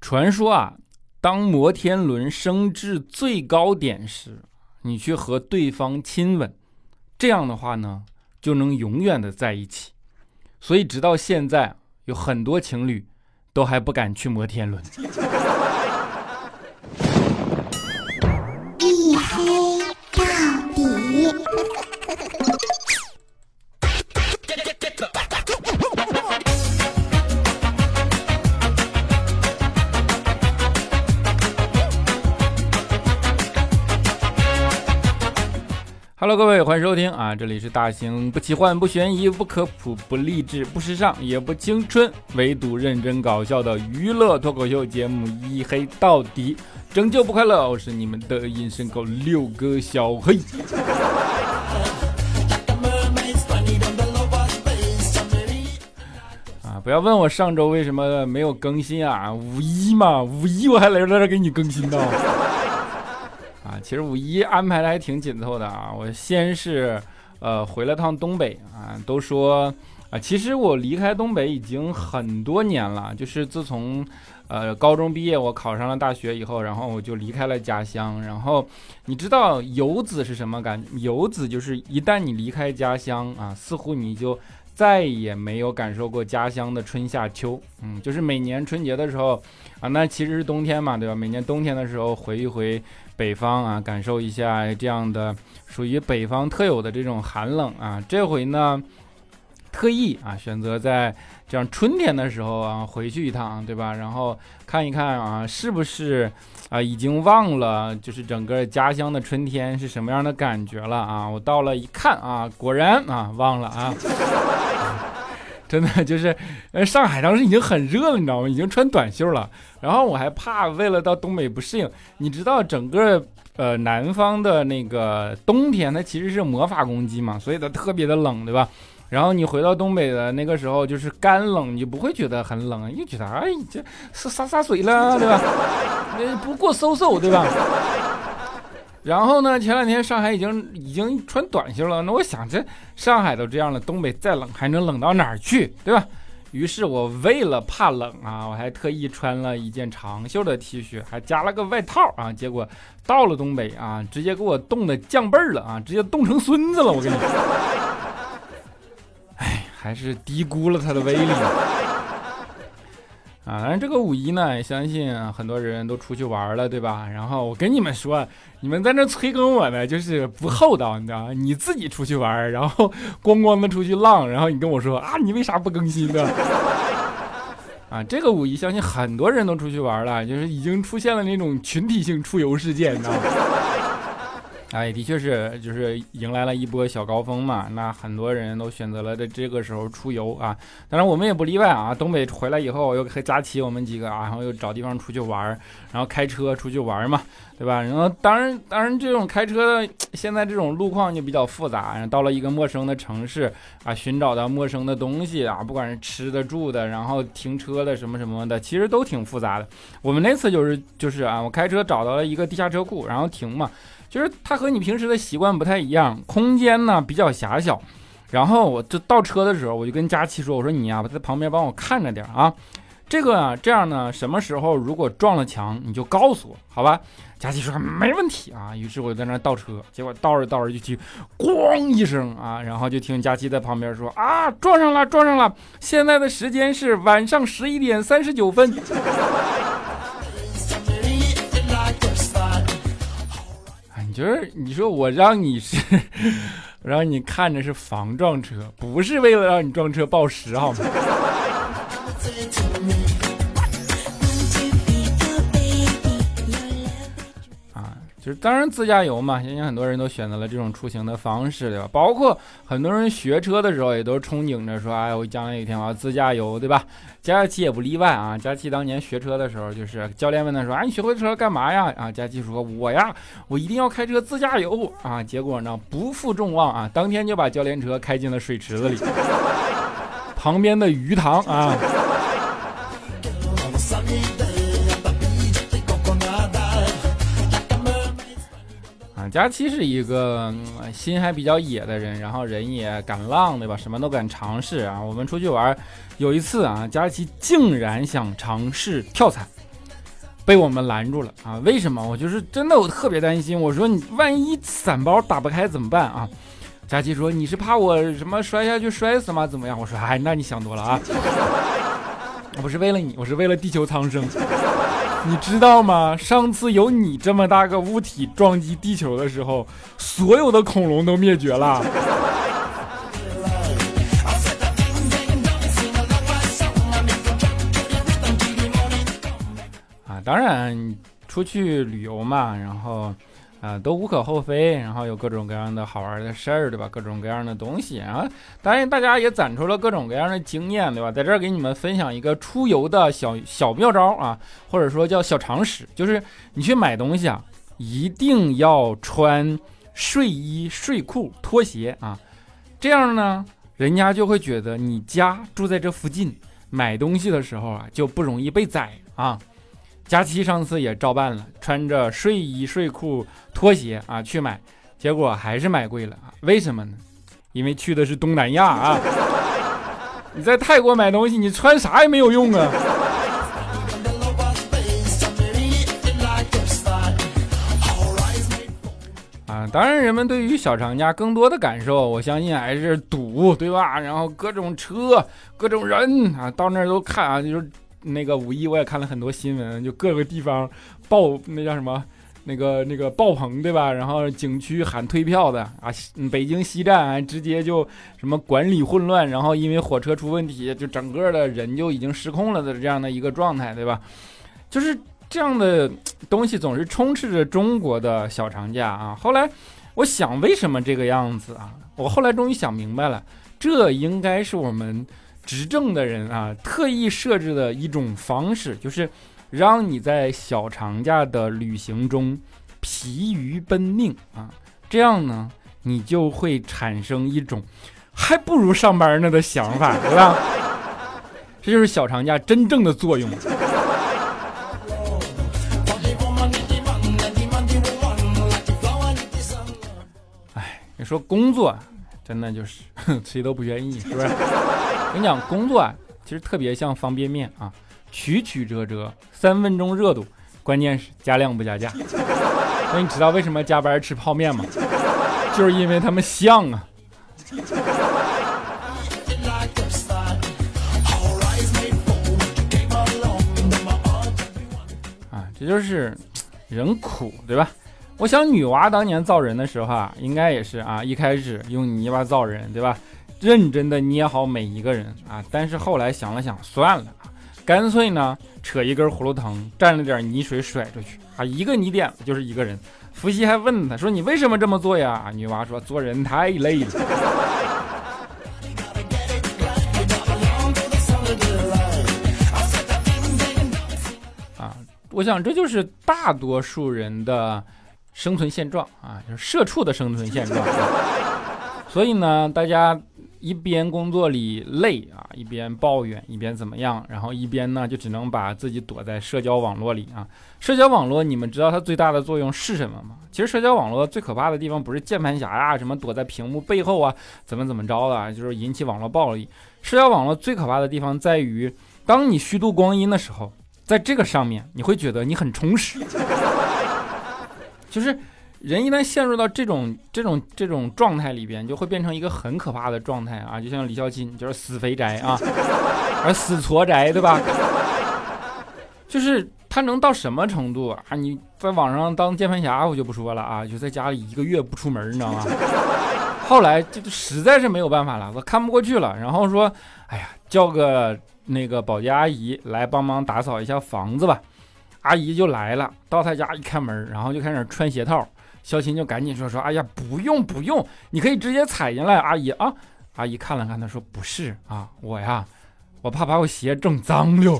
传说啊，当摩天轮升至最高点时，你去和对方亲吻，这样的话呢，就能永远的在一起。所以直到现在，有很多情侣都还不敢去摩天轮。 一黑到底。 Hello， 各位，欢迎收听啊！这里是大型不奇幻、不悬疑、不科普、不励志、不时尚，也不青春，唯独认真搞笑的娱乐脱口秀节目《一黑到底》，拯救不快乐。我是你们的隐身狗六哥小黑。不要问我上周为什么没有更新啊，五一嘛，五一我还来这给你更新呢。其实五一安排的还挺紧凑的啊。我先是回了趟东北啊，都说其实我离开东北已经很多年了，就是自从高中毕业，我考上了大学以后，然后我就离开了家乡。然后你知道游子是什么感觉？游子就是一旦你离开家乡啊，似乎你就再也没有感受过家乡的春夏秋。就是每年春节的时候啊，那其实是冬天嘛，对吧？每年冬天的时候回一回北方啊，感受一下这样的属于北方特有的这种寒冷啊。这回呢，特意啊选择在这样春天的时候啊回去一趟，对吧？然后看一看啊，是不是已经忘了就是整个家乡的春天是什么样的感觉了啊？我到了一看啊，果然啊忘了啊。真的就是上海当时已经很热了，你知道吗？已经穿短袖了。然后我还怕为了到东北不适应，你知道整个南方的那个冬天它其实是魔法攻击嘛，所以它特别的冷，对吧？然后你回到东北的那个时候就是干冷，你不会觉得很冷，你就觉得这是洒水了，对吧？不过嗖，对吧？然后呢，前两天上海已经穿短袖了，那我想这上海都这样了，东北再冷还能冷到哪儿去，对吧？于是我为了怕冷啊，我还特意穿了一件长袖的 T 恤，还加了个外套啊。结果到了东北啊，直接给我冻得降辈儿了啊，直接冻成孙子了，我跟你说。还是低估了它的威力。当然这个五一呢，相信很多人都出去玩了，对吧？然后我跟你们说，你们在那催更我呢，就是不厚道，你知道吗？你自己出去玩，然后光的出去浪，然后你跟我说啊，你为啥不更新呢？这个五一相信很多人都出去玩了，就是已经出现了那种群体性出游事件，你知道吗？也的确是，就是迎来了一波小高峰嘛。那很多人都选择了在这个时候出游啊，当然我们也不例外啊。东北回来以后，又和佳琪我们几个啊，然后又找地方出去玩，然后开车出去玩嘛，对吧？然后当然这种开车的现在这种路况就比较复杂，然后到了一个陌生的城市啊，寻找到陌生的东西啊，不管是吃的住的，然后停车的什么什么的，其实都挺复杂的。我们那次就是我开车找到了一个地下车库，然后停嘛。就是它和你平时的习惯不太一样，空间呢比较狭小。然后我就倒车的时候，我就跟佳琪说：“我说你啊，在旁边帮我看着点啊。这样呢，什么时候如果撞了墙，你就告诉我，好吧？”佳琪说：“没问题啊。”于是我就在那倒车，结果倒着就听咣一声啊，然后就听佳琪在旁边说：“啊，撞上了！现在的时间是晚上11点39分。”就是你说我让你看着是防撞车，不是为了让你撞车报时，好吗？就是当然自驾游嘛，现在很多人都选择了这种出行的方式，对吧？包括很多人学车的时候也都憧憬着说，我将来有一天我要自驾游，对吧？佳琪也不例外啊。佳琪当年学车的时候，就是教练问他说：“你学会车干嘛呀？”佳琪说：“我一定要开车自驾游啊！”结果呢，不负众望啊，当天就把教练车开进了水池子里，旁边的鱼塘啊。佳期是一个心还比较野的人，然后人也敢浪，对吧？什么都敢尝试啊。我们出去玩，有一次啊，佳期竟然想尝试跳伞， 被我们拦住了啊！为什么？我就是真的，我特别担心。我说你万一伞包打不开怎么办啊？佳琪说你是怕我什么摔下去摔死吗？怎么样？我说哎，那你想多了啊！我不是为了你，我是为了地球苍生。你知道吗？上次有你这么大个物体撞击地球的时候，所有的恐龙都灭绝了。当然出去旅游嘛，然后都无可厚非，然后有各种各样的好玩的事儿，对吧？各种各样的东西，然后当然大家也攒出了各种各样的经验，对吧？在这儿给你们分享一个出游的小妙招啊，或者说叫小常识，就是你去买东西啊，一定要穿睡衣、睡裤、拖鞋啊，这样呢，人家就会觉得你家住在这附近，买东西的时候啊就不容易被宰啊。佳琪上次也照办了，穿着睡衣、睡裤、拖鞋啊去买，结果还是买贵了啊！为什么呢？因为去的是东南亚啊！你在泰国买东西，你穿啥也没有用啊！当然，人们对于小长假更多的感受，我相信还是堵，对吧？然后各种车、各种人啊，到那儿都看啊，就是。那个五一我也看了很多新闻，就各个地方那叫什么那个爆棚，对吧？然后景区喊退票的啊，北京西站啊直接就什么管理混乱，然后因为火车出问题，就整个的人就已经失控了的这样的一个状态，对吧？就是这样的东西总是充斥着中国的小长假啊。后来我想为什么这个样子啊？我后来终于想明白了，这应该是我们执政的人啊，特意设置的一种方式，就是让你在小长假的旅行中疲于奔命啊，这样呢，你就会产生一种还不如上班呢的想法，对吧？这就是小长假真正的作用。哎，你说工作真的就是谁都不愿意，是不是？我跟你讲，工作啊，其实特别像方便面啊，曲曲折折，3分钟热度，关键是加量不加价。那你知道为什么加班吃泡面吗？就是因为他们香啊。这就是人苦，对吧？我想女娲当年造人的时候啊，应该也是啊，一开始用泥巴造人，对吧？认真的捏好每一个人啊，但是后来想了想，算了啊，干脆呢扯一根葫芦藤，蘸了点泥水甩出去啊，一个泥点子就是一个人。伏羲还问他说：“你为什么这么做呀？”女娲说：“做人太累了。”啊，我想这就是大多数人的生存现状啊，就是社畜的生存现状。所以呢，大家一边工作里累啊，一边抱怨，一边怎么样，然后一边呢就只能把自己躲在社交网络里啊。社交网络你们知道它最大的作用是什么吗？其实社交网络最可怕的地方不是键盘侠啊，什么躲在屏幕背后啊，怎么着的，就是引起网络暴力。社交网络最可怕的地方在于，当你虚度光阴的时候，在这个上面你会觉得你很充实，就是人一旦陷入到这种状态里边，就会变成一个很可怕的状态啊！就像李孝钦，就是死肥宅啊，而死矬宅，对吧？就是他能到什么程度啊？你在网上当键盘侠，我就不说了啊，就在家里1个月不出门，你知道吗？后来就实在是没有办法了，我看不过去了，然后说，哎呀，叫个那个保洁阿姨来帮忙打扫一下房子吧。阿姨就来了，到他家一开门，然后就开始穿鞋套。肖琴就赶紧说，哎呀，不用，你可以直接踩进来。阿姨啊，阿姨看了看，他说不是啊，我怕把我鞋整脏了。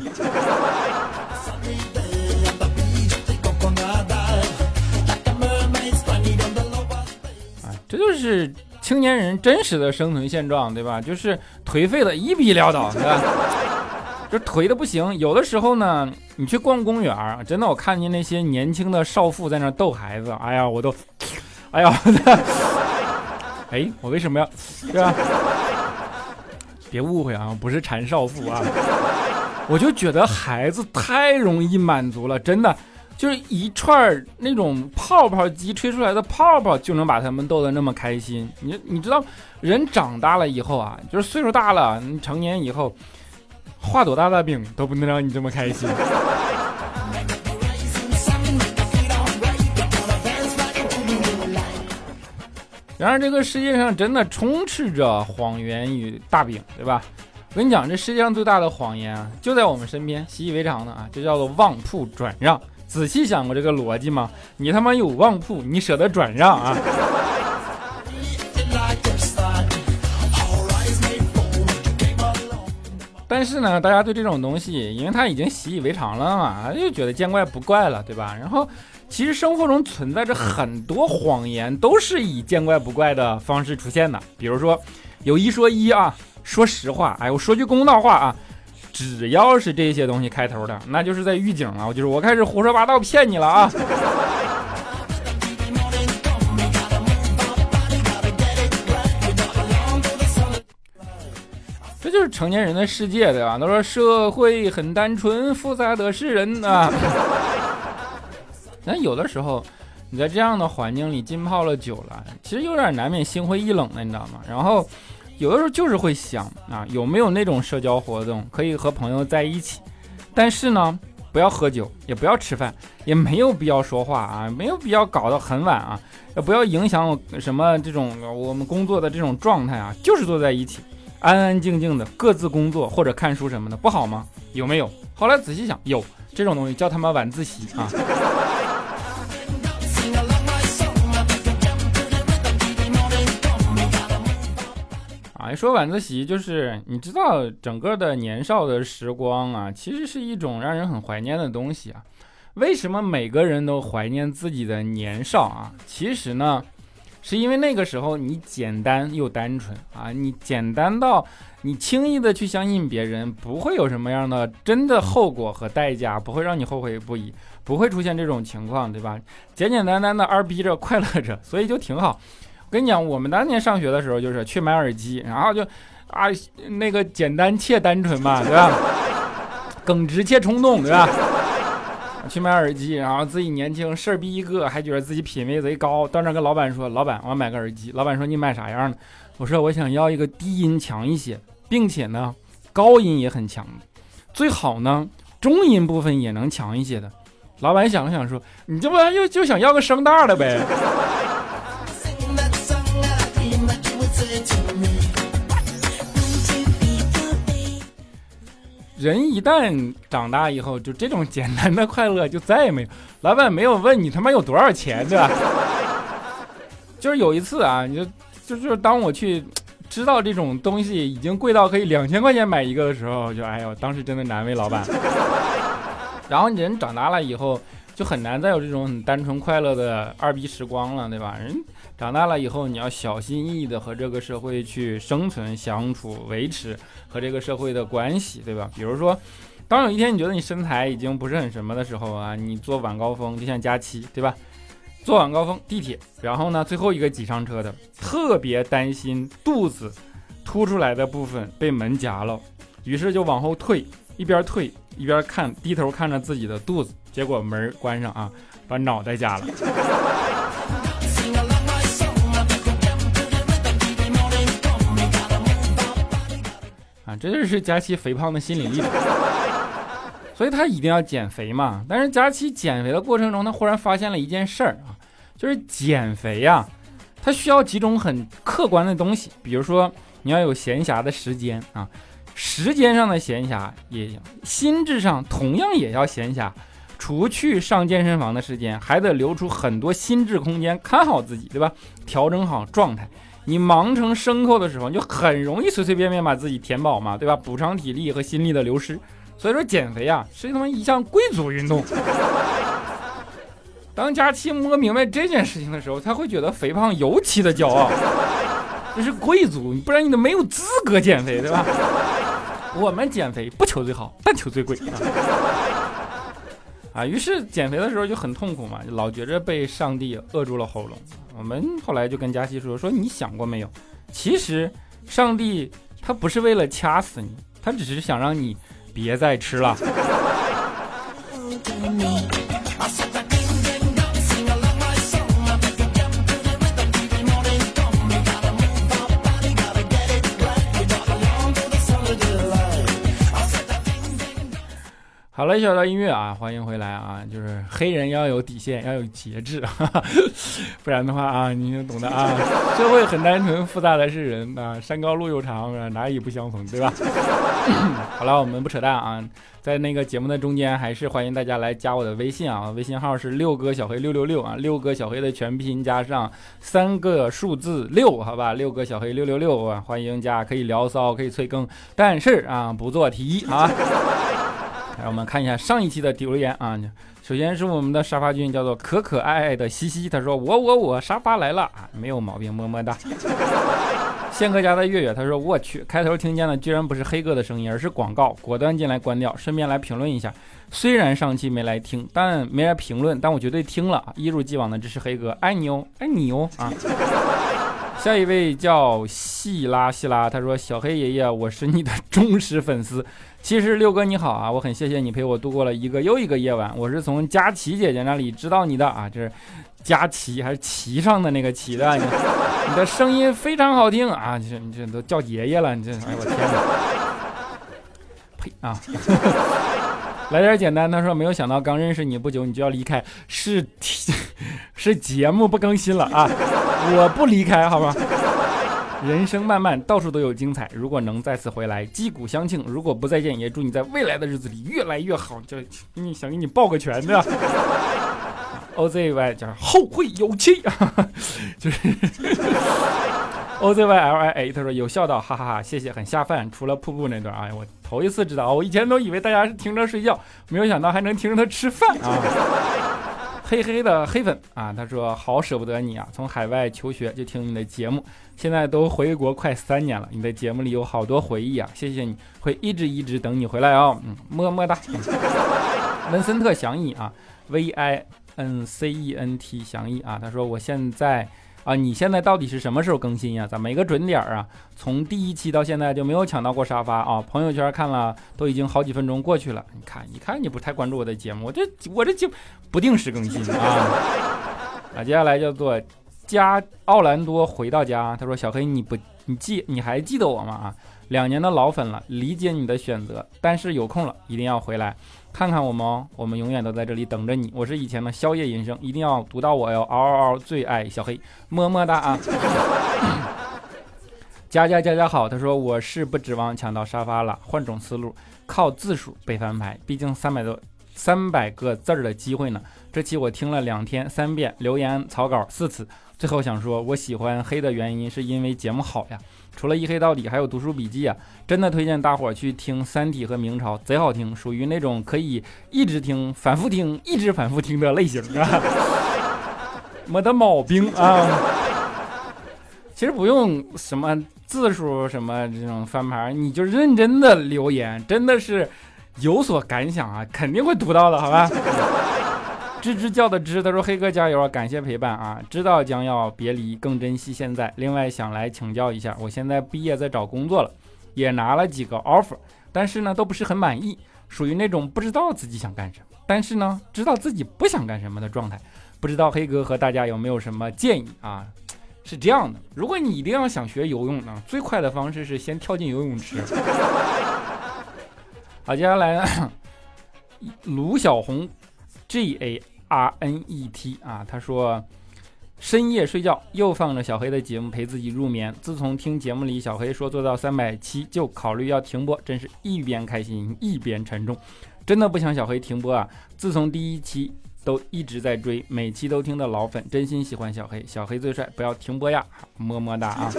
这就是青年人真实的生存现状，对吧？就是颓废的一笔潦倒，对吧？就颓的不行。有的时候呢，你去逛公园，真的我看见那些年轻的少妇在那逗孩子，哎呀，我都，哎呀，哎，我为什么要，对吧？别误会啊，不是馋少妇啊。 我就觉得孩子太容易满足了，真的，就是一串那种泡泡机吹出来的泡泡就能把他们逗得那么开心。你知道，人长大了以后啊，就是岁数大了，你成年以后，画多大的饼都不能让你这么开心。然而这个世界上真的充斥着谎言与大饼，对吧？我跟你讲，这世界上最大的谎言啊，就在我们身边，习以为常的啊，这叫做旺铺转让。仔细想过这个逻辑吗？你他妈有旺铺，你舍得转让啊？但是呢，大家对这种东西，因为他已经习以为常了嘛，就觉得见怪不怪了，对吧？然后其实生活中存在着很多谎言，都是以见怪不怪的方式出现的。比如说有一说一啊，说实话，哎，我说句公道话啊，只要是这些东西开头的，那就是在预警了，就是我开始胡说八道骗你了啊。这就是成年人的世界，对吧？都说社会很单纯，复杂的是人啊。但有的时候你在这样的环境里浸泡了久了，其实有点难免心灰意冷的，你知道吗？然后有的时候就是会想啊，有没有那种社交活动可以和朋友在一起，但是呢不要喝酒，也不要吃饭，也没有必要说话啊，没有必要搞得很晚啊，也不要影响什么这种我们工作的这种状态啊，就是坐在一起安安静静的各自工作或者看书什么的，不好吗？有没有？后来仔细想，有，这种东西叫他妈晚自习啊。说晚自习，就是你知道整个的年少的时光啊，其实是一种让人很怀念的东西啊。为什么每个人都怀念自己的年少啊？其实呢，是因为那个时候你简单又单纯啊，你简单到你轻易的去相信别人，不会有什么样的真的后果和代价，不会让你后悔不已，不会出现这种情况，对吧？简简单单的二逼着快乐着，所以就挺好。我跟你讲，我们当年上学的时候，就是去买耳机，然后就啊那个简单且单纯嘛，对吧？耿直且冲动，对吧？去买耳机，然后自己年轻事儿逼一个，还觉得自己品味贼高，到那跟老板说，老板我要买个耳机。老板说你买啥样的？我说我想要一个低音强一些，并且呢高音也很强的，最好呢中音部分也能强一些的。老板想了想说，你这不就想要个声大的呗？人一旦长大以后，就这种简单的快乐就再也没有。老板没有问你他妈有多少钱，对吧？就是有一次啊，就是当我去知道这种东西已经贵到可以2000块钱买一个的时候，就哎呦，当时真的难为老板。然后人长大了以后，就很难再有这种很单纯快乐的二逼时光了，对吧？人长大了以后，你要小心翼翼的和这个社会去生存、相处、维持和这个社会的关系，对吧？比如说，当有一天你觉得你身材已经不是很什么的时候啊，你坐晚高峰，就像佳期，对吧？坐晚高峰地铁，然后呢，最后一个挤上车的，特别担心肚子凸出来的部分被门夹了，于是就往后退，一边退一边看，低头看着自己的肚子，结果门关上啊，把脑袋夹了。啊，这就是佳期肥胖的心理历程。所以他一定要减肥嘛。但是佳期减肥的过程中，他忽然发现了一件事儿啊，就是减肥啊，它需要几种很客观的东西，比如说你要有闲暇的时间啊，时间上的闲暇也要，心智上同样也要闲暇。除去上健身房的时间，还得留出很多心智空间，看好自己，对吧？调整好状态。你忙成牲口的时候，你就很容易随随便便把自己填饱嘛，对吧？补偿体力和心力的流失。所以说减肥啊，是他妈一项贵族运动。当佳期摸明白这件事情的时候，他会觉得肥胖尤其的骄傲。这是贵族，不然你都没有资格减肥，对吧？我们减肥不求最好，但求最贵啊！于是减肥的时候就很痛苦嘛，老觉着被上帝扼住了喉咙。我们后来就跟佳期说你想过没有，其实上帝他不是为了掐死你，他只是想让你别再吃了。好了，小道音乐啊，欢迎回来啊！就是黑人要有底线，要有节制，不然的话啊，你就懂得啊。社会很单纯，复杂的是人啊，山高路又长，哪里不相逢，对吧？好了，我们不扯淡啊，在那个节目的中间，还是欢迎大家来加我的微信啊，微信号是六哥小黑666啊，六哥小黑的全拼加上3个数字6，好吧，六哥小黑666啊，欢迎加，可以聊骚，可以催更，但是啊，不做题啊。让我们看一下上一期的留言啊，首先是我们的沙发君，叫做可可爱爱的西西，他说我沙发来了啊，没有毛病，么么哒。宪哥家的月月，他说我去，开头听见的居然不是黑哥的声音，而是广告，果断进来关掉，顺便来评论一下。虽然上期没来听，但没来评论，但我绝对听了，一如既往的支持黑哥，爱你哦，爱你哦啊。下一位叫细拉，他说小黑爷爷，我是你的忠实粉丝。其实六哥你好啊，我很谢谢你陪我度过了一个又一个夜晚，我是从佳琪姐姐那里知道你的啊，这是佳琪还是旗上的那个旗的，你的声音非常好听啊，你这都叫爷爷了，你这哎我天哪，呸啊！来点简单，他说没有想到刚认识你不久你就要离开，是节目不更新了啊，我不离开好吧。人生漫漫，到处都有精彩，如果能再次回来击鼓相庆，如果不再见也祝你在未来的日子里越来越好，就想给你抱个拳的。OZY 叫后会有期就是 OZYLIA， 他说有笑到哈哈哈，谢谢，很下饭，除了瀑布那段啊，我头一次知道，我以前都以为大家是听着睡觉，没有想到还能听着他吃饭啊。黑黑的黑粉啊，他说好舍不得你啊，从海外求学就听你的节目，现在都回国快3年了，你的节目里有好多回忆啊，谢谢你，会一直等你回来哦，么么哒。文森特祥义啊 VINCENT 祥义啊，他说我现在啊，你现在到底是什么时候更新呀？咋没个准点啊？从第1期到现在就没有抢到过沙发啊！朋友圈看了，都已经好几分钟过去了。你看你不太关注我的节目，我这就不定时更新啊！接下来叫做加奥兰多回到家，他说小黑你还记得我吗？啊，2年的老粉了，理解你的选择，但是有空了一定要回来看看我们哦，我们永远都在这里等着你。我是以前的宵夜人生，一定要读到我哟！嗷嗷嗷，最爱小黑，么么哒啊！佳好，他说我是不指望抢到沙发了，换种思路，靠字数背翻牌，毕竟300个字的机会呢。这期我听了2天3遍，留言草稿4次。最后想说，我喜欢黑的原因是因为节目好呀。除了一黑到底，还有读书笔记啊，真的推荐大伙去听《三体》和《明朝》，贼好听，属于那种可以一直听、反复听、一直反复听的类型啊。没得毛病啊。其实不用什么字数什么这种翻牌，你就认真的留言，真的是有所感想啊，肯定会读到的，好吧？吱叫的吱，他说黑哥加油啊，感谢陪伴啊，知道将要别离，更珍惜现在。另外想来请教一下，我现在毕业在找工作了，也拿了几个 offer， 但是呢都不是很满意，属于那种不知道自己想干什么，但是呢知道自己不想干什么的状态。不知道黑哥和大家有没有什么建议啊？是这样的，如果你一定要想学游泳呢，最快的方式是先跳进游泳池。好，接下来呢，卢小红 GARNET 啊，他说深夜睡觉又放着小黑的节目陪自己入眠，自从听节目里小黑说做到300期就考虑要停播，真是一边开心一边沉重，真的不想小黑停播啊！自从第1期都一直在追，每期都听的老粉，真心喜欢小黑，小黑最帅，不要停播呀，么么哒啊！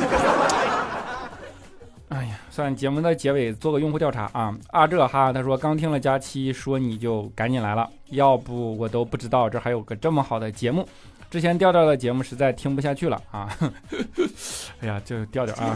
哎呀，算节目的结尾做个用户调查啊！这哈，他说刚听了佳期说你就赶紧来了，要不我都不知道这还有个这么好的节目。之前调的节目实在听不下去了啊！哎呀，就调啊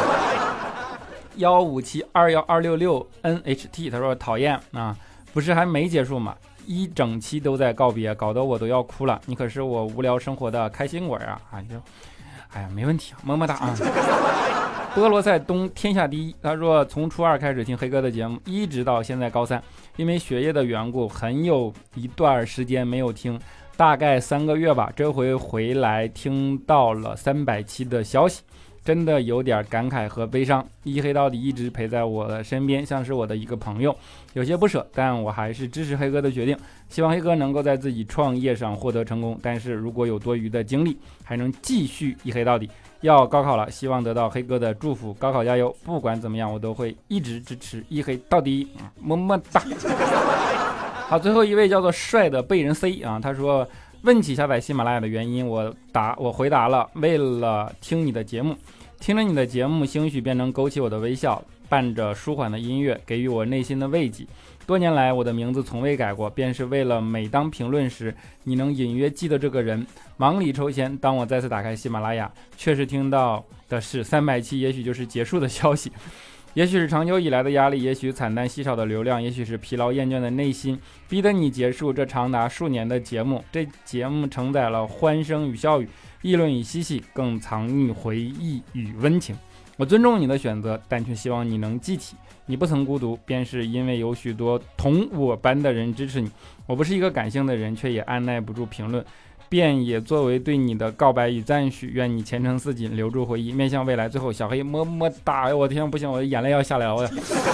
！1572166NHT，他说讨厌啊，不是还没结束吗？一整期都在告别，搞得我都要哭了。你可是我无聊生活的开心果啊！就，哎呀，没问题，么么哒啊！ 菠萝菜东天下第一，他说从初二开始听黑哥的节目，一直到现在高三，因为学业的缘故，很有一段时间没有听，大概3个月吧。这回回来听到了300期的消息，真的有点感慨和悲伤。一黑到底一直陪在我的身边，像是我的一个朋友，有些不舍，但我还是支持黑哥的决定，希望黑哥能够在自己创业上获得成功。但是如果有多余的精力，还能继续一黑到底。要高考了，希望得到黑哥的祝福，高考加油！不管怎么样，我都会一直支持一黑到底，么么哒。好，最后一位叫做帅的被人 C 啊，他说问起下载喜马拉雅的原因，我回答了，为了听你的节目，听了你的节目，兴许便能勾起我的微笑，伴着舒缓的音乐，给予我内心的慰藉。多年来，我的名字从未改过，便是为了每当评论时，你能隐约记得这个人。忙里抽闲，当我再次打开喜马拉雅，确实听到的是300期，也许就是结束的消息，也许是长久以来的压力，也许惨淡稀少的流量，也许是疲劳厌倦的内心，逼得你结束这长达数年的节目。这节目承载了欢声与笑语，议论与嬉戏，更藏匿回忆与温情。我尊重你的选择，但却希望你能记起，你不曾孤独，便是因为有许多同我般的人支持你。我不是一个感性的人，却也按耐不住评论，便也作为对你的告白与赞许，愿你前程似锦，留住回忆，面向未来。最后，小黑么么哒！哎，我天，不行，我的眼泪要下来了。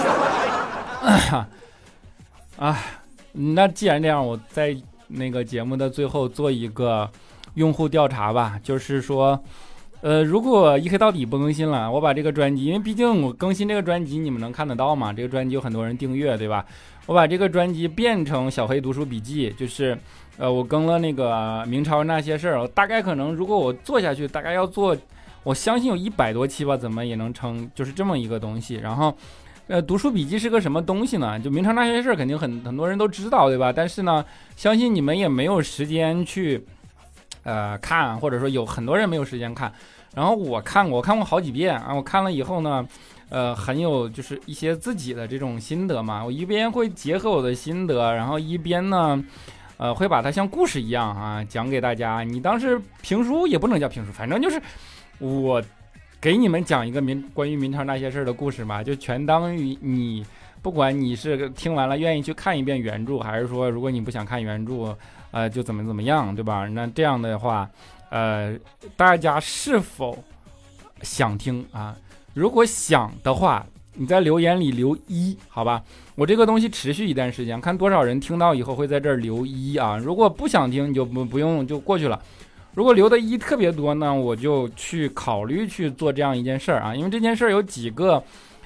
那既然这样，我在那个节目的最后做一个用户调查吧，就是说。如果一黑到底不更新了，我把这个专辑，因为毕竟我更新这个专辑你们能看得到嘛，这个专辑有很多人订阅，对吧？我把这个专辑变成小黑读书笔记，就是我更了那个明朝那些事儿，大概可能如果我做下去，大概要做，我相信有100多期吧，怎么也能成就是这么一个东西。然后读书笔记是个什么东西呢？就明朝那些事儿肯定很多人都知道，对吧？但是呢，相信你们也没有时间去看，或者说有很多人没有时间看，然后我看过好几遍啊，我看了以后呢，很有就是一些自己的这种心得嘛，我一边会结合我的心得，然后一边呢，会把它像故事一样啊讲给大家。你当时评书也不能叫评书，反正就是我给你们讲一个关于明朝那些事儿的故事嘛，就全当于你。不管你是听完了愿意去看一遍原著，还是说如果你不想看原著，就怎么样，对吧？那这样的话，大家是否想听啊？如果想的话，你在留言里留1，好吧？我这个东西持续一段时间，看多少人听到以后会在这儿留1啊。如果不想听，你就不用就过去了。如果留的1特别多呢，我就去考虑去做这样一件事儿啊，因为这件事儿有几个。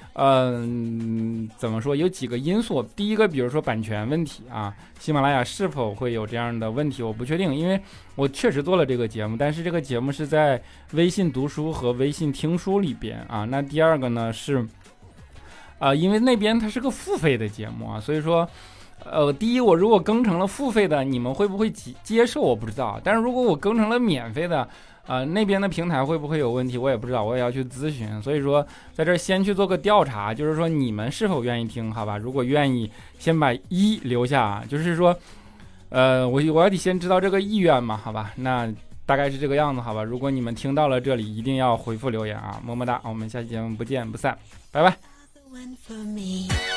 怎么说？有几个因素。第一个，比如说版权问题啊，喜马拉雅是否会有这样的问题，我不确定，因为我确实做了这个节目，但是这个节目是在微信读书和微信听书里边啊。那第二个呢是，因为那边它是个付费的节目啊，所以说，第一，我如果更成了付费的，你们会不会接受？我不知道。但是如果我更成了免费的，那边的平台会不会有问题？我也不知道，我也要去咨询。所以说，在这儿先去做个调查，就是说你们是否愿意听？好吧，如果愿意，先把1留下，就是说，我要得先知道这个意愿嘛，好吧？那大概是这个样子，好吧？如果你们听到了这里，一定要回复留言啊，么么哒！我们下期节目不见不散，拜拜。